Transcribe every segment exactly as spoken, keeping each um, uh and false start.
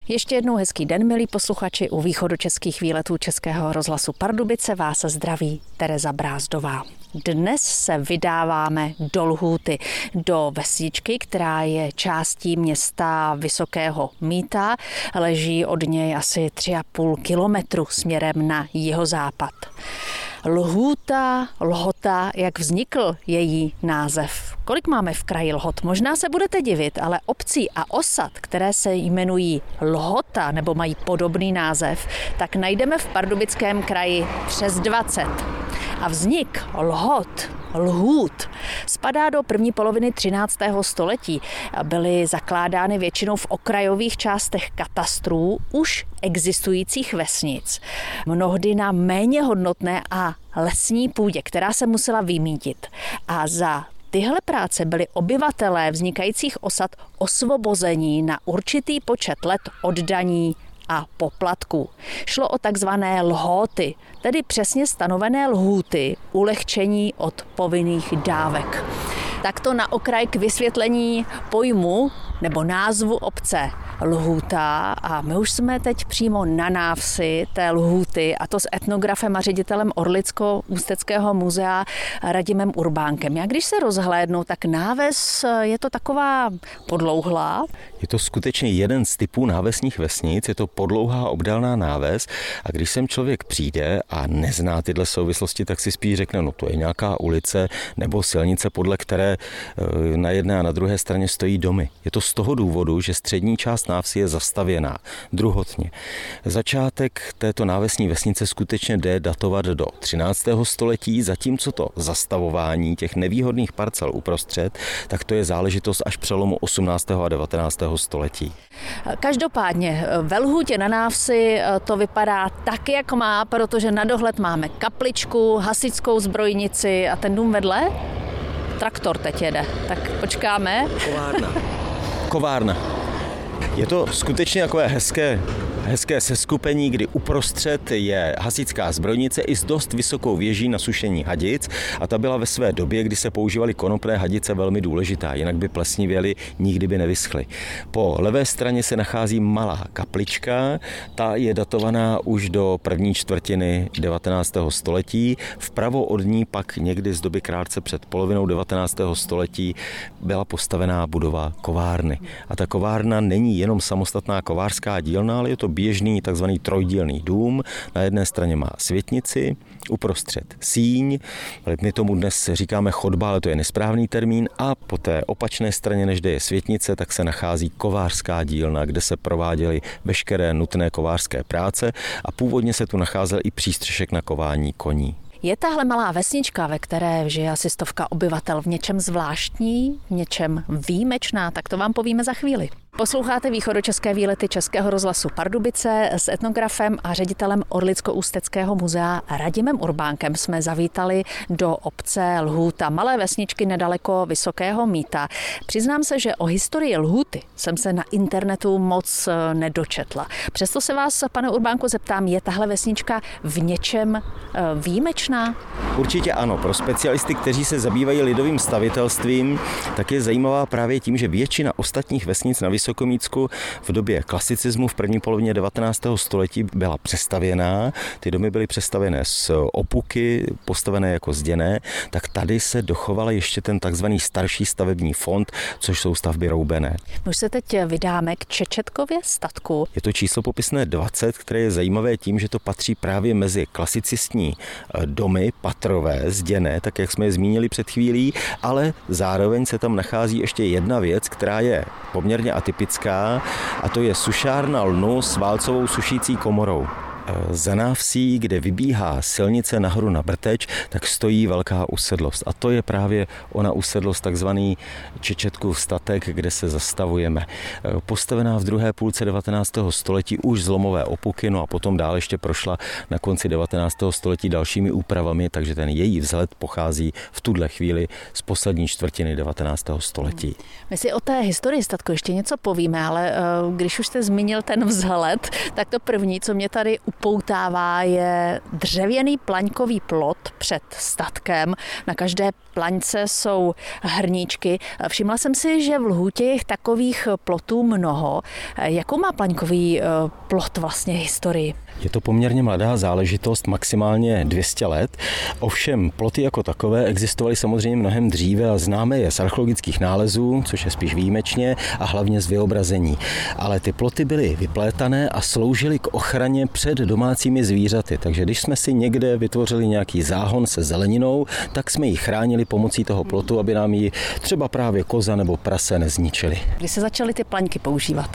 Ještě jednou hezký den, milí posluchači, u východočeských výletů Českého rozhlasu Pardubice vás zdraví Tereza Brázdová. Dnes se vydáváme do Lhůty, do vesničky, která je částí města Vysokého Mýta. Leží od něj asi tři a půl kilometru směrem na jihozápad. Lhůta, Lhota, jak vznikl její název? Kolik máme v kraji Lhot? Možná se budete divit, ale obcí a osad, které se jmenují Lhota nebo mají podobný název, tak najdeme v Pardubickém kraji přes dvacet. A vznik Lhot, Lhůt, spadá do první poloviny třináctého století. Byly zakládány většinou v okrajových částech katastrů už existujících vesnic. Mnohdy na méně hodnotné a lesní půdě, která se musela vymýtit. A za tyhle práce byli obyvatelé vznikajících osad osvobození na určitý počet let od daní a poplatků. Šlo o takzvané lhóty, tedy přesně stanovené lhůty, ulehčení od povinných dávek. Takto na okraj k vysvětlení pojmu nebo názvu obce Lhůta, a my už jsme teď přímo na návsi té Lhůty, a to s etnografem a ředitelem Orlicko-Ústeckého muzea Radimem Urbánkem. Já když se rozhlédnu, tak náves je to taková podlouhlá. Je to skutečně jeden z typů návesních vesnic, je to podlouhá obdélná náves, a když sem člověk přijde a nezná tyhle souvislosti, tak si spíš řekne, no to je nějaká ulice nebo silnice, podle které na jedné a na druhé straně stojí domy. Je to z toho důvodu, že střední část návsi je zastavěná druhotně. Začátek této návesní vesnice skutečně jde datovat do třináctého století, zatímco to zastavování těch nevýhodných parcel uprostřed, tak to je záležitost až přelomu osmnáctého a devatenáctého století. Každopádně ve Lhůtě na návsi to vypadá tak, jak má, protože na dohled máme kapličku, hasičskou zbrojnici a ten dům vedle? Traktor teď jede, tak počkáme. Kovárna. Kovárna. Je to skutečně takové hezké, hezké seskupení, kdy uprostřed je hasičská zbrojnice i s dost vysokou věží na sušení hadic, a ta byla ve své době, kdy se používaly konopné hadice, velmi důležitá, jinak by plesnivěly, nikdy by nevyschly. Po levé straně se nachází malá kaplička, ta je datovaná už do první čtvrtiny devatenáctého století. Vpravo od ní pak někdy z doby krátce před polovinou devatenáctého století byla postavená budova kovárny. A ta kovárna není jenom samostatná kovářská dílna, ale je to běžný takzvaný trojdílný dům. Na jedné straně má světnici, uprostřed síň, my tomu dnes říkáme chodba, ale to je nesprávný termín, a po té opačné straně, než kde je světnice, tak se nachází kovářská dílna, kde se prováděly veškeré nutné kovářské práce, a původně se tu nacházel i přístřešek na kování koní. Je tahle malá vesnička, ve které žije asi stovka obyvatel, v něčem zvláštní, v něčem výjimečná, tak to vám povíme za chvíli. Posloucháte východočeské výlety Českého rozhlasu Pardubice. S etnografem a ředitelem Orlicko-Ústeckého muzea Radimem Urbánkem jsme zavítali do obce Lhůta, malé vesničky nedaleko Vysokého Mýta. Přiznám se, že o historii Lhůty jsem se na internetu moc nedočetla. Přesto se vás, pane Urbánku, zeptám, je tahle vesnička v něčem výjimečná? Určitě ano. Pro specialisty, kteří se zabývají lidovým stavitelstvím, tak je zajímavá právě tím, že většina ostatních vesnic na Vysokomítsku v době klasicismu v první polovině devatenáctého století byla přestavěná. Ty domy byly přestavěné z opuky, postavené jako zděné, tak tady se dochoval ještě ten takzvaný starší stavební fond, což jsou stavby roubené. My už se teď vydáme k Čečetkově statku. Je to číslo popisné dvacet, které je zajímavé tím, že to patří právě mezi klasicistní domy patrové, zděné, tak jak jsme je zmínili před chvílí, ale zároveň se tam nachází ještě jedna věc, která je poměrně atypická, a to je sušárna lnu s válcovou sušící komorou. Za návsí, kde vybíhá silnice nahoru na Brteč, tak stojí velká usedlost. A to je právě ona usedlost, takzvaný Čečetkův statek, kde se zastavujeme. Postavená v druhé půlce devatenáctého století už zlomové opuky, no a potom dál ještě prošla na konci devatenáctého století dalšími úpravami, takže ten její vzhled pochází v tuhle chvíli z poslední čtvrtiny devatenáctého století. My si o té historii statku ještě něco povíme, ale když už jste zmínil ten vzhled, tak to první, co mě tady upoutává, je dřevěný plaňkový plot před statkem. Na každé plaňce jsou hrníčky. Všimla jsem si, že v Lhůtě je takových plotů mnoho. Jakou má plaňkový plot vlastně historii? Je to poměrně mladá záležitost, maximálně dvě stě let. Ovšem ploty jako takové existovaly samozřejmě mnohem dříve a známe je z archeologických nálezů, což je spíš výjimečně, a hlavně z vyobrazení. Ale ty ploty byly vyplétané a sloužily k ochraně před domácími zvířaty. Takže když jsme si někde vytvořili nějaký záhon se zeleninou, tak jsme ji chránili pomocí toho plotu, aby nám ji třeba právě koza nebo prase nezničili. Kdy se začaly ty plaňky používat?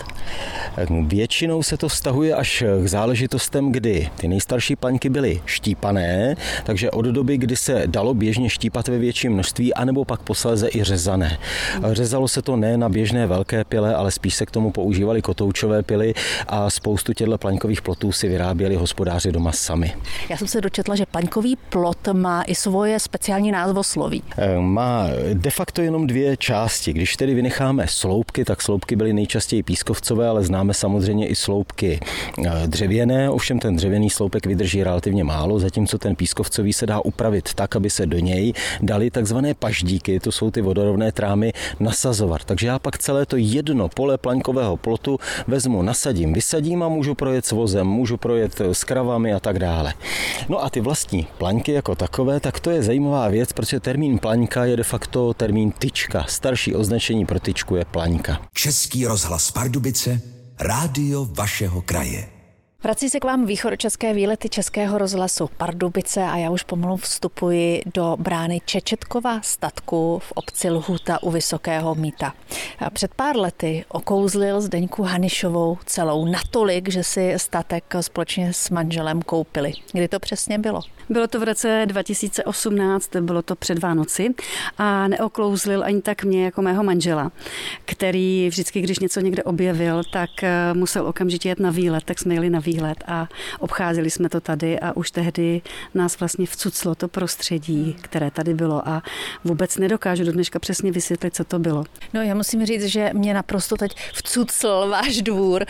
Většinou se to vztahuje až k záležitostem, kdy ty nejstarší plaňky byly štípané, takže od doby, kdy se dalo běžně štípat ve větším množství, anebo pak posléze i řezané. Řezalo se to ne na běžné velké pile, ale spíš se k tomu používaly kotoučové pily a spoustu těchto plaňkových plotů si vyráběli hospodáři doma sami. Já jsem se dočetla, že plaňkový plot má i svoje speciální názvosloví. Má de facto jenom dvě části. Když tedy vynecháme sloupky, tak sloupky byly nejčastěji pískovcové, ale známe samozřejmě i sloupky dřevěné. Ovšem ten dřevěný sloupek vydrží relativně málo, zatímco ten pískovcový se dá upravit tak, aby se do něj dali takzvané paždíky, to jsou ty vodorovné trámy, nasazovat. Takže já pak celé to jedno pole plaňkového plotu vezmu, nasadím, vysadím a můžu projet s vozem, můžu projet s kravami a tak dále. No a ty vlastní plaňky jako takové, tak to je zajímavá věc, protože termín plaňka je de facto termín tyčka. Starší označení pro tyčku je plaňka. Český rozhlas Pardubice, rádio vašeho kraje. Vrací se k vám východočeské výlety Českého rozhlasu Pardubice a já už pomalu vstupuji do brány Čečetkova statku v obci Lhůta u Vysokého Mýta. Před pár lety okouzlil Zdeňku Hanišovou celou natolik, že si statek společně s manželem koupili. Kdy to přesně bylo? Bylo to v roce dva tisíce osmnáct, bylo to před Vánoci a neoklouzlil ani tak mě jako mého manžela, který vždycky, když něco někde objevil, tak musel okamžitě jet na výlet, tak jsme jeli na výlet a obcházeli jsme to tady a už tehdy nás vlastně vcuclo to prostředí, které tady bylo a vůbec nedokážu do dneška přesně vysvětlit, co to bylo. No já musím říct, že mě naprosto teď vcucl váš dvůr.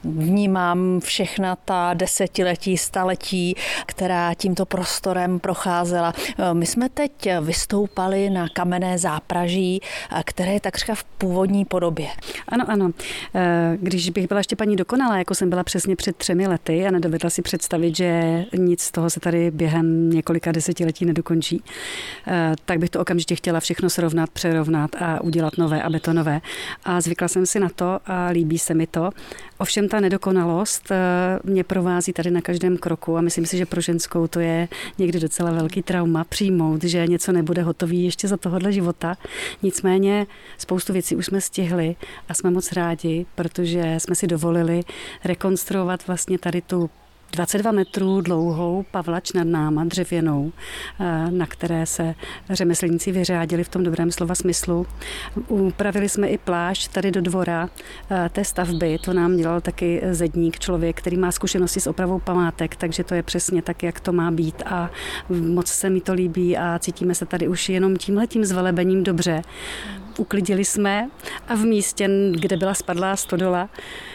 Vnímám všechna ta desetiletí, staletí, která tímto prostorem procházela. My jsme teď vystoupali na kamenné zápraží, které je takřka v původní podobě. Ano, ano. Když bych byla ještě paní dokonalá, jako jsem byla přesně před třemi lety a nedovedla si představit, že nic z toho se tady během několika desetiletí nedokončí, tak bych to okamžitě chtěla všechno srovnat, přerovnat a udělat nové a betonové. A zvykla jsem si na to a líbí se mi to. Ovšem ta nedokonalost mě provází tady na každém kroku a myslím si, že pro ženskou to je někdy docela velký trauma přijmout, že něco nebude hotový ještě za tohohle života. Nicméně spoustu věcí už jsme stihli a jsme moc rádi, protože jsme si dovolili rekonstruovat vlastně tady tu dvacet dva metrů dlouhou pavlač nad náma, dřevěnou, na které se řemeslníci vyřádili v tom dobrém slova smyslu. Upravili jsme i plášť tady do dvora té stavby, to nám dělal taky zedník, člověk, který má zkušenosti s opravou památek, takže to je přesně tak, jak to má být a moc se mi to líbí a cítíme se tady už jenom tímhletím zvelebením dobře. Uklidili jsme a v místě, kde byla spadlá stodola,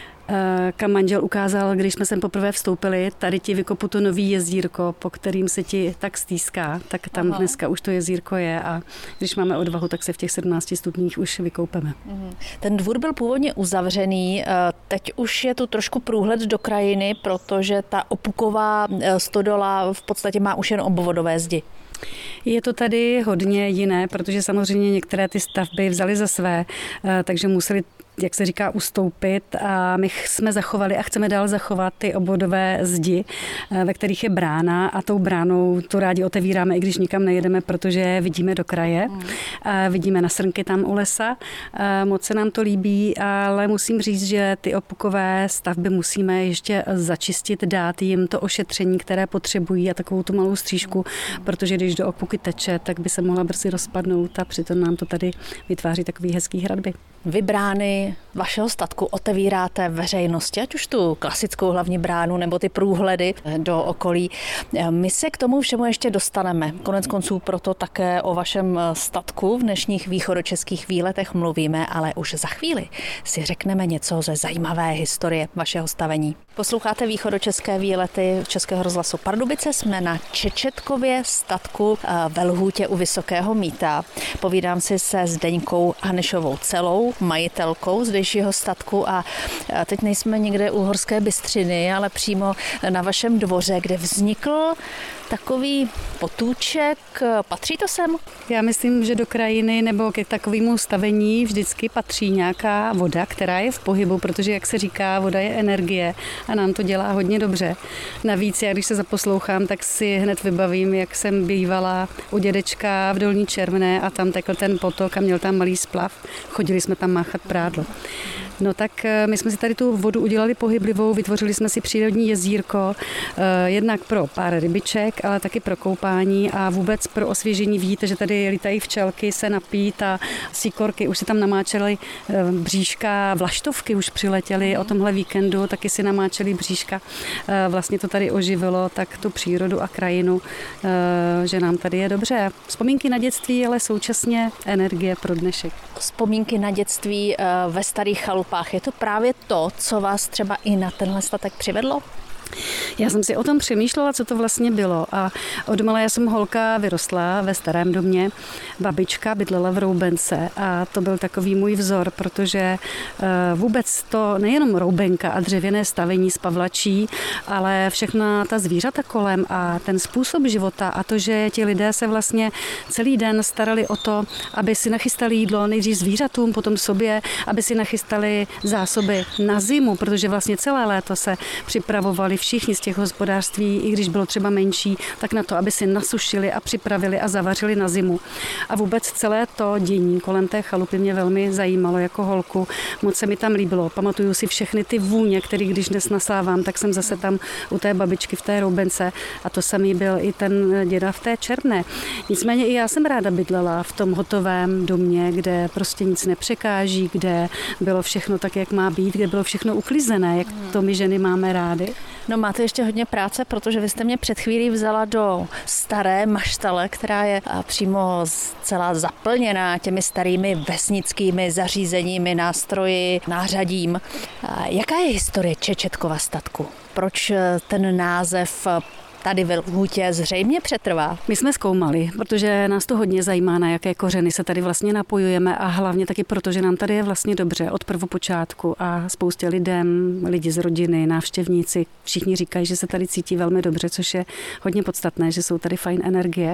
kam manžel ukázal, když jsme sem poprvé vstoupili, tady ti vykopu to nový jezírko, po kterým se ti tak stýská, tak tam Aha. dneska už to jezírko je a když máme odvahu, tak se v těch sedmnácti stupních už vykoupeme. Ten dvůr byl původně uzavřený, teď už je tu trošku průhled do krajiny, protože ta opuková stodola v podstatě má už jen obvodové zdi. Je to tady hodně jiné, protože samozřejmě některé ty stavby vzaly za své, takže museli, jak se říká, ustoupit a my jsme zachovali a chceme dál zachovat ty obvodové zdi, ve kterých je brána a tou bránou tu rádi otevíráme, i když nikam nejedeme, protože vidíme do kraje, a vidíme na srnky tam u lesa, a moc se nám to líbí, ale musím říct, že ty opukové stavby musíme ještě začistit, dát jim to ošetření, které potřebují a takovou tu malou střížku, protože když do opuky teče, tak by se mohla brzy rozpadnout a přitom nám to tady vytváří takový hezký hradby. Vy brány vašeho statku otevíráte veřejnosti, ať už tu klasickou hlavní bránu nebo ty průhledy do okolí. My se k tomu všemu ještě dostaneme. Konec konců proto také o vašem statku v dnešních východočeských výletech mluvíme, ale už za chvíli si řekneme něco ze zajímavé historie vašeho stavení. Posloucháte východočeské výlety Českého rozhlasu Pardubice. Jsme na Čečetkově statku ve Lhůtě u Vysokého Mýta. Povídám si se Zdeňkou Hanešovou Celou, majitelkou zdejšího statku, a teď nejsme někde u Horské Bystřiny, ale přímo na vašem dvoře, kde vznikl takový potůček. Patří to sem? Já myslím, že do krajiny nebo ke takovému stavení vždycky patří nějaká voda, která je v pohybu, protože, jak se říká, voda je energie a nám to dělá hodně dobře. Navíc, já když se zaposlouchám, tak si hned vybavím, jak jsem bývala u dědečka v Dolní Červené a tam tekl ten potok a měl tam malý splav. Chodili jsme tam máchat prádlo. No tak my jsme si tady tu vodu udělali pohyblivou, vytvořili jsme si přírodní jezírko, jednak pro pár rybiček, ale taky pro koupání a vůbec pro osvěžení. Vidíte, že tady lítají včelky se napít a síkorky už si tam namáčely bříška, vlaštovky už přiletěly o tomhle víkendu, taky si namáčely bříška. Vlastně to tady oživilo tak tu přírodu a krajinu, že nám tady je dobře. Vzpomínky na dětství, ale současně energie pro dnešek. Vzpomínky na dětství ve starých chalupách. Je to právě to, co vás třeba i na tenhle statek přivedlo? Já jsem si o tom přemýšlela, co to vlastně bylo, a odmala já jsem holka vyrostla ve starém domě. Babička bydlela v Roubence a to byl takový můj vzor, protože vůbec to nejenom roubenka a dřevěné stavení z pavlačí, ale všechna ta zvířata kolem a ten způsob života a to, že ti lidé se vlastně celý den starali o to, aby si nachystali jídlo nejdřív zvířatům, potom sobě, aby si nachystali zásoby na zimu, protože vlastně celé léto se připravovali všichni z těch hospodářství, i když bylo třeba menší, tak na to, aby si nasušili a připravili a zavařili na zimu. A vůbec celé to dění kolem té chalupy mě velmi zajímalo jako holku. Moc se mi tam líbilo. Pamatuju si všechny ty vůně, které když dnes nasávám, tak jsem zase tam u té babičky v té Roubence a to samý byl i ten děda v té Černé. Nicméně i já jsem ráda bydlela v tom hotovém domě, kde prostě nic nepřekáží, kde bylo všechno tak, jak má být, kde bylo všechno uklizené, jak to my ženy máme rády. No, máte ještě hodně práce, protože vy jste mě před chvílí vzala do staré maštale, která je přímo celá zaplněná těmi starými vesnickými zařízeními, nástroji, nářadím. Jaká je historie Čečetkova statku? Proč ten název tady ve Lhůtě zřejmě přetrvá? My jsme zkoumali, protože nás to hodně zajímá, na jaké kořeny se tady vlastně napojujeme a hlavně taky proto, že nám tady je vlastně dobře od prvopočátku a spoustě lidem, lidi z rodiny, návštěvníci, všichni říkají, že se tady cítí velmi dobře, což je hodně podstatné, že jsou tady fajn energie.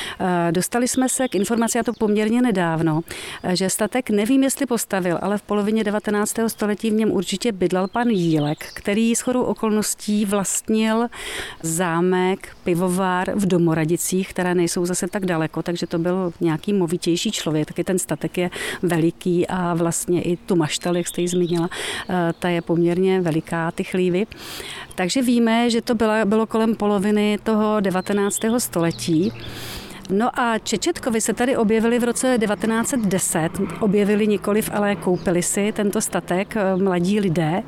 Dostali jsme se k informaci, a to poměrně nedávno, že statek nevím, jestli postavil, ale v polovině devatenáctého století v něm určitě bydlel pan Jílek, který shodou okolností vlastnil zámek, pivovar v Domoradicích, které nejsou zase tak daleko, takže to byl nějaký movitější člověk. Taky ten statek je veliký a vlastně i tu maštal, jak jste ji zmínila, ta je poměrně veliká, ty chlívy. Takže víme, že to bylo, bylo kolem poloviny toho devatenáctého století. No a Čečetkovi se tady objevili v roce devatenáct set deset. Objevili nikoliv, ale koupili si tento statek mladí lidé,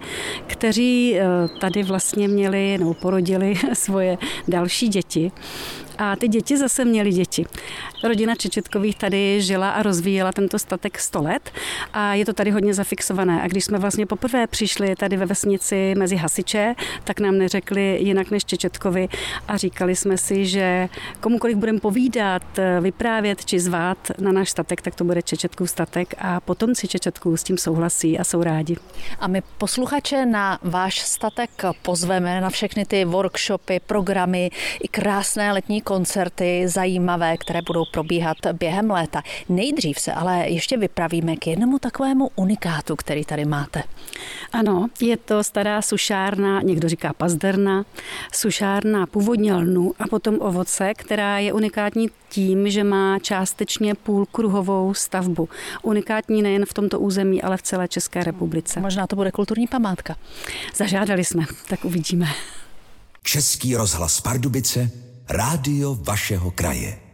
kteří tady vlastně měli nebo porodili svoje další děti. A ty děti zase měly děti. Rodina Čečetkových tady žila a rozvíjela tento statek sto let a je to tady hodně zafixované. A když jsme vlastně poprvé přišli tady ve vesnici mezi hasiče, tak nám neřekli jinak než Čečetkovi a říkali jsme si, že komukoliv budeme povídat, vyprávět či zvát na náš statek, tak to bude Čečetkův statek a potomci Čečetků s tím souhlasí a jsou rádi. A my posluchače na váš statek pozveme na všechny ty workshopy, programy i krásné letní koncerty zajímavé, které budou probíhat během léta. Nejdřív se ale ještě vypravíme k jednomu takovému unikátu, který tady máte. Ano, je to stará sušárna, někdo říká pazderna, sušárna původně lnu a potom ovoce, která je unikátní tím, že má částečně půlkruhovou stavbu. Unikátní nejen v tomto území, ale v celé České republice. Možná to bude kulturní památka. Zažádali jsme, tak uvidíme. Český rozhlas Pardubice, rádio vašeho kraje.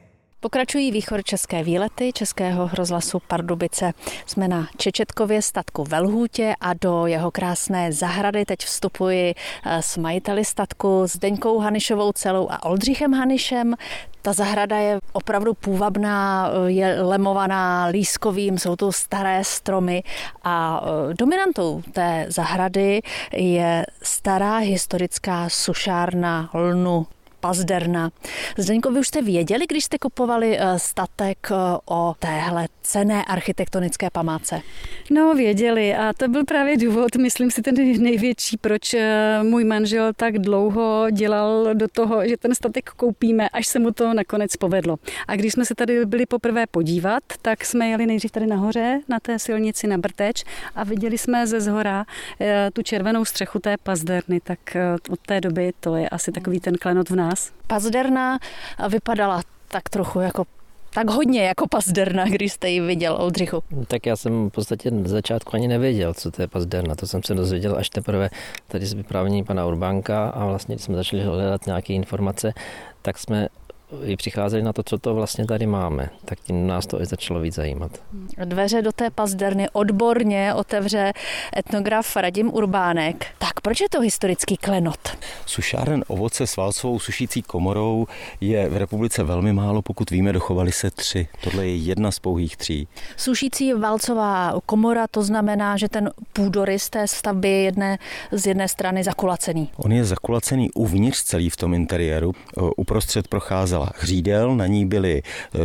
Pokračují východočeské výlety Českého rozhlasu Pardubice. Jsme na Čečetkově statku ve Lhůtě a do jeho krásné zahrady teď vstupuji s majiteli statku Zdeňkou Hanyšovou Celou a Oldřichem Hanyšem. Ta zahrada je opravdu půvabná, je lemovaná lískovým, jsou to staré stromy a dominantou té zahrady je stará historická sušárna lnu Pazderna. Zdeňko, vy už jste věděli, když jste kupovali statek, o téhle cenné architektonické památce? No, věděli a to byl právě důvod, myslím si ten největší, proč můj manžel tak dlouho dělal do toho, že ten statek koupíme, až se mu to nakonec povedlo. A když jsme se tady byli poprvé podívat, tak jsme jeli nejdřív tady nahoře, na té silnici na Brteč a viděli jsme ze zhora tu červenou střechu té Pazderny, tak od té doby to je asi takový ten klenot v nás. Pazderna vypadala tak trochu jako tak hodně jako Pazderna, když jste ji viděl, Oldřichu. Tak já jsem v podstatě na začátku ani nevěděl, co to je Pazderna. To jsem se dozvěděl až teprve tady z vyprávění pana Urbánka a vlastně, když jsme začali hledat nějaké informace, tak jsme i přicházeli na to, co to vlastně tady máme. Tak tím nás to i začalo víc zajímat. Dveře do té Pazderny odborně otevře etnograf Radim Urbánek. Tak proč je to historický klenot? Sušáren ovoce s válcovou sušící komorou je v republice velmi málo, pokud víme, dochovaly se tři. Tohle je jedna z pouhých tří. Sušící válcová komora, to znamená, že ten půdorys té stavby je jedné, z jedné strany zakulacený. On je zakulacený uvnitř celý v tom interiéru. Uprostřed procházel hřídel, na ní byly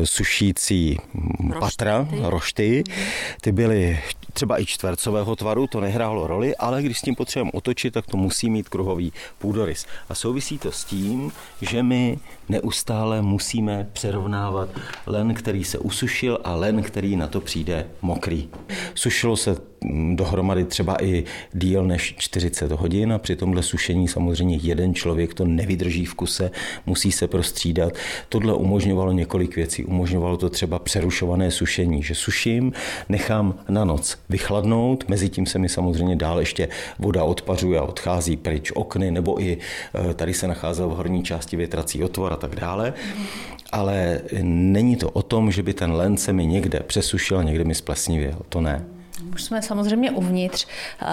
sušící rošty, patra, rošty. Ty byly třeba i čtvercového tvaru, to nehrálo roli, ale když s tím potřebujeme otočit, tak to musí mít kruhový půdorys. A souvisí to s tím, že my neustále musíme přerovnávat len, který se usušil a len, který na to přijde mokrý. Sušilo se dohromady třeba i díl než čtyřicet hodin a při tomhle sušení samozřejmě jeden člověk to nevydrží v kuse, musí se prostřídat. Tohle umožňovalo několik věcí. Umožňovalo to třeba přerušované sušení, že suším, nechám na noc vychladnout, mezi tím se mi samozřejmě dál ještě voda odpařuje a odchází pryč okny, nebo i tady se nacházel v horní části větrací otvor a tak dále. Ale není to o tom, že by ten len se mi někde přesušil a někde mi splesnivěl. To ne. Už jsme samozřejmě uvnitř.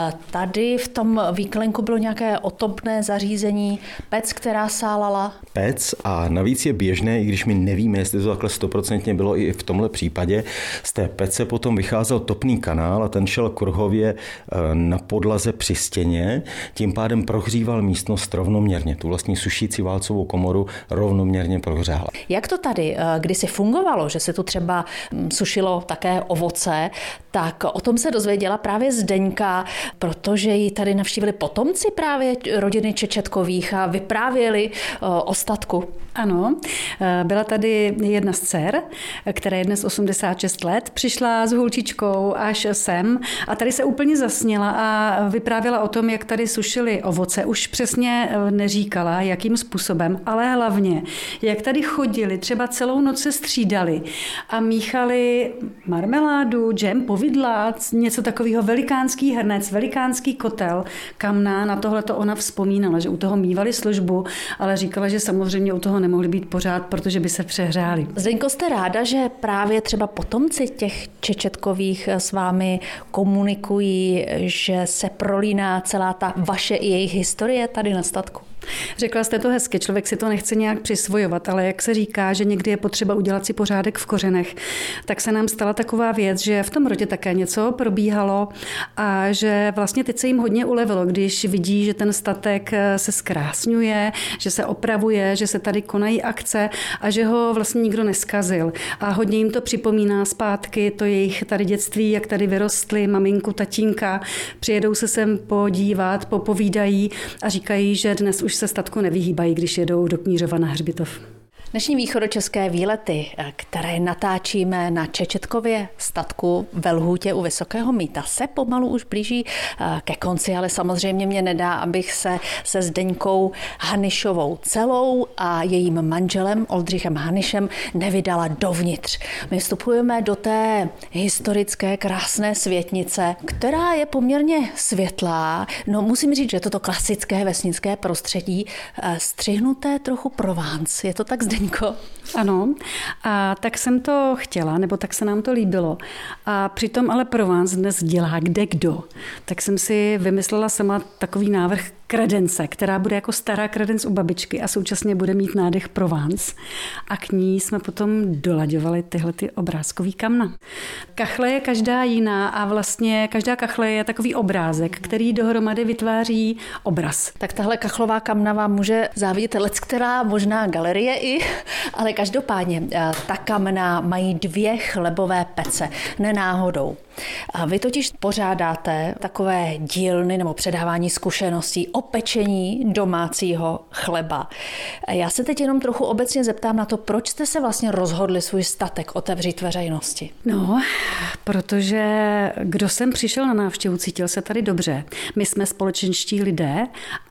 Tady v tom výklenku bylo nějaké otopné zařízení, pec, která sálala. Pec a navíc je běžné, i když my nevíme, jestli to takhle stoprocentně bylo i v tomhle případě, z té pece potom vycházel topný kanál a ten šel kruhově na podlaze při stěně, tím pádem prohříval místnost rovnoměrně. Tu vlastní sušící válcovou komoru rovnoměrně prohřála. Jak to tady kdysi fungovalo, že se tu třeba sušilo také ovoce, tak o tom se dozvěděla právě Zdeňka, protože ji tady navštívili potomci právě rodiny Čečetkových a vyprávěli o statku. Ano, byla tady jedna z dcer, která je dnes osmdesát šest let, přišla s holčičkou až sem a tady se úplně zasněla a vyprávěla o tom, jak tady sušili ovoce. Už přesně neříkala, jakým způsobem, ale hlavně, jak tady chodili, třeba celou noc se střídali a míchali marmeládu, džem, povidla, něco takového, velikánský hrnec, velikánský kotel, kamna, na tohle to ona vzpomínala, že u toho mívali službu, ale říkala, že samozřejmě u toho nemohli být pořád, protože by se přehřáli. Zdeňko, jste ráda, že právě třeba potomci těch Čečetkových s vámi komunikují, že se prolíná celá ta vaše i jejich historie tady na statku? Řekla jste to hezky, člověk si to nechce nějak přisvojovat, ale jak se říká, že někdy je potřeba udělat si pořádek v kořenech, tak se nám stala taková věc, že v tom rodě také něco probíhalo a že vlastně teď se jim hodně ulevilo, když vidí, že ten statek se zkrásňuje, že se opravuje, že se tady konají akce a že ho vlastně nikdo neskazil. A hodně jim to připomíná zpátky, to jejich tady dětství, jak tady vyrostli, maminku, tatínka, přijedou se sem podívat, popovídají a říkají, že dnes už se statku nevyhýbají, když jedou do Knířova na hřbitov. Dnešní východočeské výlety, které natáčíme na Čečetkově statku ve Lhůtě u Vysokého Mýta, se pomalu už blíží ke konci, ale samozřejmě mě nedá, abych se se Zdeňkou Hanyšovou Celou a jejím manželem Oldřichem Hanyšem nevydala dovnitř. My vstupujeme do té historické krásné světnice, která je poměrně světlá. No musím říct, že toto klasické vesnické prostředí střihnuté trochu Provence. Je to tak, Zdeňko? Zdeňko? Ano, a tak jsem to chtěla, nebo tak se nám to líbilo. A přitom ale Provence dnes dělá kde kdo. Tak jsem si vymyslela sama takový návrh kredence, která bude jako stará kredence u babičky a současně bude mít nádech Provence. A k ní jsme potom dolaďovali tyhle ty obrázkový kamna. Kachle je každá jiná a vlastně každá kachle je takový obrázek, který dohromady vytváří obraz. Tak tahle kachlová kamna vám může závidět leckterá možná galerie i, ale každopádně ta kamna mají dvě chlebové pece, nenáhodou. A vy totiž pořádáte takové dílny nebo předávání zkušeností o pečení domácího chleba. Já se teď jenom trochu obecně zeptám na to, proč jste se vlastně rozhodli svůj statek otevřít veřejnosti? No, protože kdo sem přišel na návštěvu, cítil se tady dobře. My jsme společenští lidé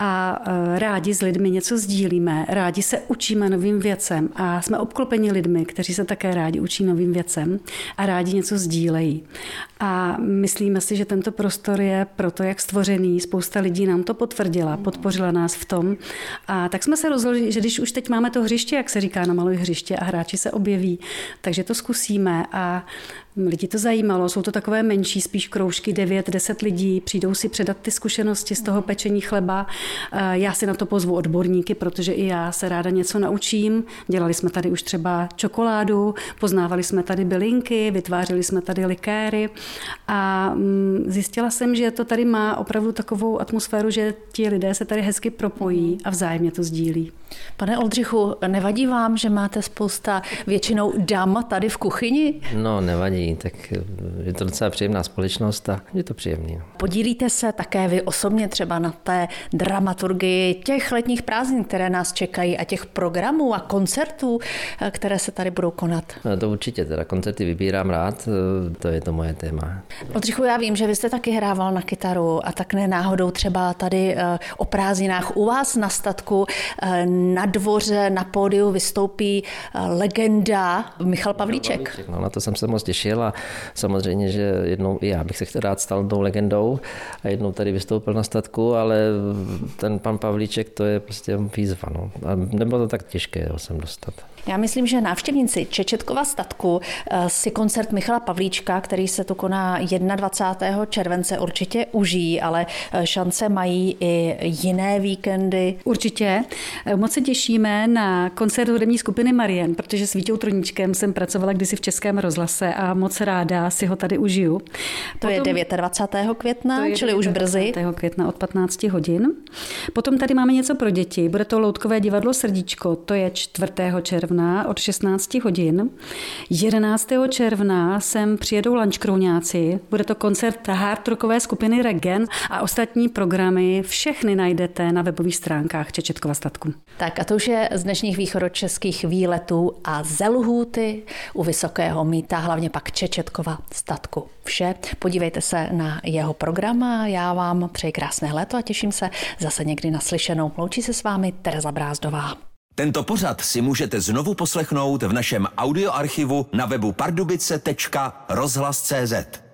a rádi s lidmi něco sdílíme, rádi se učíme novým věcem a jsme obklopeni lidmi, kteří se také rádi učí novým věcem a rádi něco sdílejí. A myslíme si, že tento prostor je proto, jak stvořený. Spousta lidí nám to potvrdila, podpořila nás v tom. A tak jsme se rozhodli, že když už teď máme to hřiště, jak se říká, namaluj hřiště a hráči se objeví, takže to zkusíme a lidi to zajímalo, jsou to takové menší, spíš kroužky, devět, deset lidí, přijdou si předat ty zkušenosti z toho pečení chleba. Já si na to pozvu odborníky, protože i já se ráda něco naučím. Dělali jsme tady už třeba čokoládu, poznávali jsme tady bylinky, vytvářeli jsme tady likéry a zjistila jsem, že to tady má opravdu takovou atmosféru, že ti lidé se tady hezky propojí a vzájemně to sdílí. Pane Oldřichu, nevadí vám, že máte spousta většinou dám tady v kuchyni? No, nevadí, tak je to docela příjemná společnost a je to příjemný. Podílíte se také vy osobně třeba na té dramaturgii těch letních prázdnin, které nás čekají a těch programů a koncertů, které se tady budou konat? No, to určitě, teda koncerty vybírám rád, to je to moje téma. Oldřichu, já vím, že vy jste taky hrával na kytaru a tak ne náhodou třeba tady o prázdninách u vás na statku na dvoře, na pódiu vystoupí legenda Michal Pavlíček. Pavlíček. No, na to jsem se moc těšil a samozřejmě, že jednou i já bych se rád stal tou legendou a jednou tady vystoupil na statku, ale ten pan Pavlíček, to je prostě výzva. No. A nebylo to tak těžké ho sem dostat. Já myslím, že návštěvníci Čečetkova statku si koncert Michala Pavlíčka, který se tu koná dvacátého prvního července, určitě užijí, ale šance mají i jiné víkendy. Určitě. Moc se těšíme na koncert hudební skupiny Marien, protože s Víťou Troníčkem jsem pracovala kdysi v Českém rozhlase a moc ráda si ho tady užiju. To Potom, je dvacátého devátého května, je čili už brzy. dvacátého května od patnácti hodin. Potom tady máme něco pro děti. Bude to Loutkové divadlo Srdíčko, to je čtvrtého června od šestnácti hodin. jedenáctého června sem přijedou lančkrouňáci. Bude to koncert hard rockové skupiny Regen a ostatní programy všechny najdete na webových stránkách Čečetkova statku. Tak a to už je z dnešních východočeských výletů a ze Lhůty u Vysokého Mýta, hlavně pak Čečetkova statku. Vše. Podívejte se na jeho program a já vám přeji krásné léto a těším se zase někdy naslyšenou. Loučí se s vámi Tereza Brázdová. Tento pořad si můžete znovu poslechnout v našem audioarchivu na webu pardubice tečka rozhlas tečka cé zet.